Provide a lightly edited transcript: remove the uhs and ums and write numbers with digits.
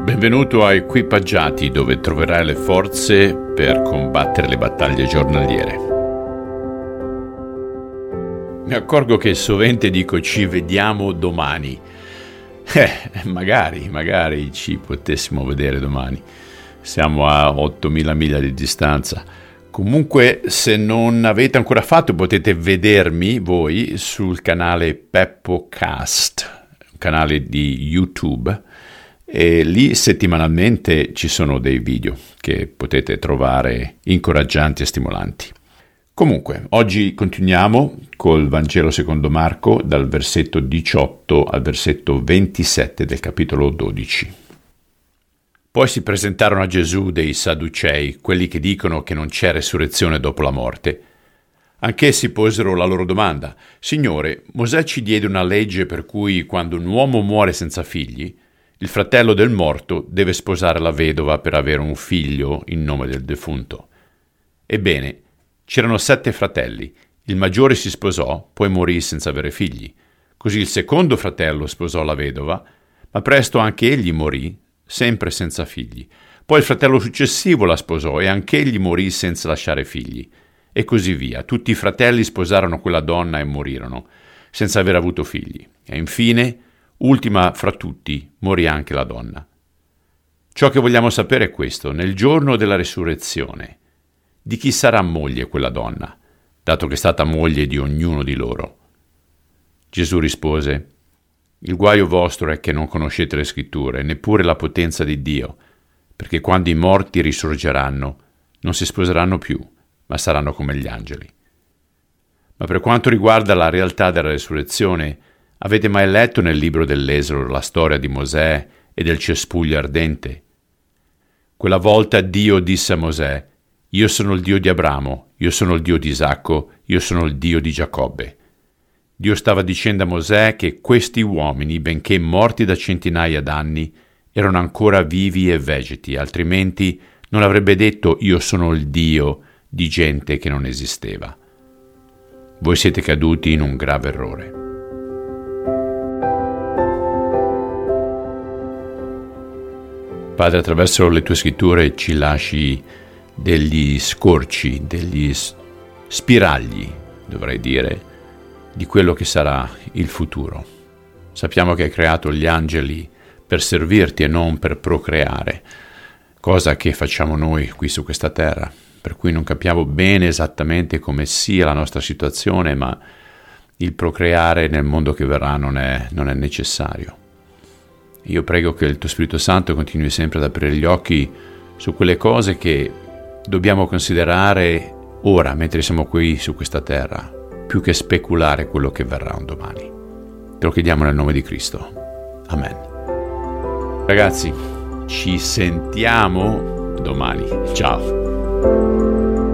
Benvenuto a Equipaggiati, dove troverai le forze per combattere le battaglie giornaliere. Mi accorgo che sovente dico ci vediamo domani. Magari ci potessimo vedere domani. Siamo a 8.000 miglia di distanza. Comunque, se non avete ancora fatto, potete vedermi voi sul canale PeppoCast, un canale di YouTube. E lì settimanalmente ci sono dei video che potete trovare incoraggianti e stimolanti. Comunque, oggi continuiamo col Vangelo secondo Marco dal versetto 18 al versetto 27 del capitolo 12. Poi si presentarono a Gesù dei Sadducei, quelli che dicono che non c'è resurrezione dopo la morte. Anch'essi posero la loro domanda: Signore, Mosè ci diede una legge per cui quando un uomo muore senza figli, il fratello del morto deve sposare la vedova per avere un figlio in nome del defunto. Ebbene, c'erano 7 fratelli. Il maggiore si sposò, poi morì senza avere figli. Così il secondo fratello sposò la vedova, ma presto anche egli morì, sempre senza figli. Poi il fratello successivo la sposò e anche egli morì senza lasciare figli. E così via. Tutti i fratelli sposarono quella donna e morirono, senza aver avuto figli. E infine, ultima fra tutti, morì anche la donna. Ciò che vogliamo sapere è questo: nel giorno della resurrezione, di chi sarà moglie quella donna, dato che è stata moglie di ognuno di loro? Gesù rispose: il guaio vostro è che non conoscete le scritture, neppure la potenza di Dio, perché quando i morti risorgeranno, non si sposeranno più, ma saranno come gli angeli. Ma per quanto riguarda la realtà della resurrezione, avete mai letto nel libro dell'Esodo la storia di Mosè e del cespuglio ardente? Quella volta Dio disse a Mosè: io sono il Dio di Abramo, io sono il Dio di Isacco, io sono il Dio di Giacobbe. Dio stava dicendo a Mosè che questi uomini, benché morti da centinaia d'anni, erano ancora vivi e vegeti, altrimenti non avrebbe detto io sono il Dio di gente che non esisteva. Voi siete caduti in un grave errore. Padre, attraverso le tue scritture ci lasci degli scorci, degli spiragli, dovrei dire, di quello che sarà il futuro. Sappiamo che hai creato gli angeli per servirti e non per procreare, cosa che facciamo noi qui su questa terra, per cui non capiamo bene esattamente come sia la nostra situazione, ma il procreare nel mondo che verrà non è necessario. Io prego che il tuo Spirito Santo continui sempre ad aprire gli occhi su quelle cose che dobbiamo considerare ora, mentre siamo qui su questa terra, più che speculare quello che verrà un domani. Te lo chiediamo nel nome di Cristo. Amen. Ragazzi, ci sentiamo domani. Ciao.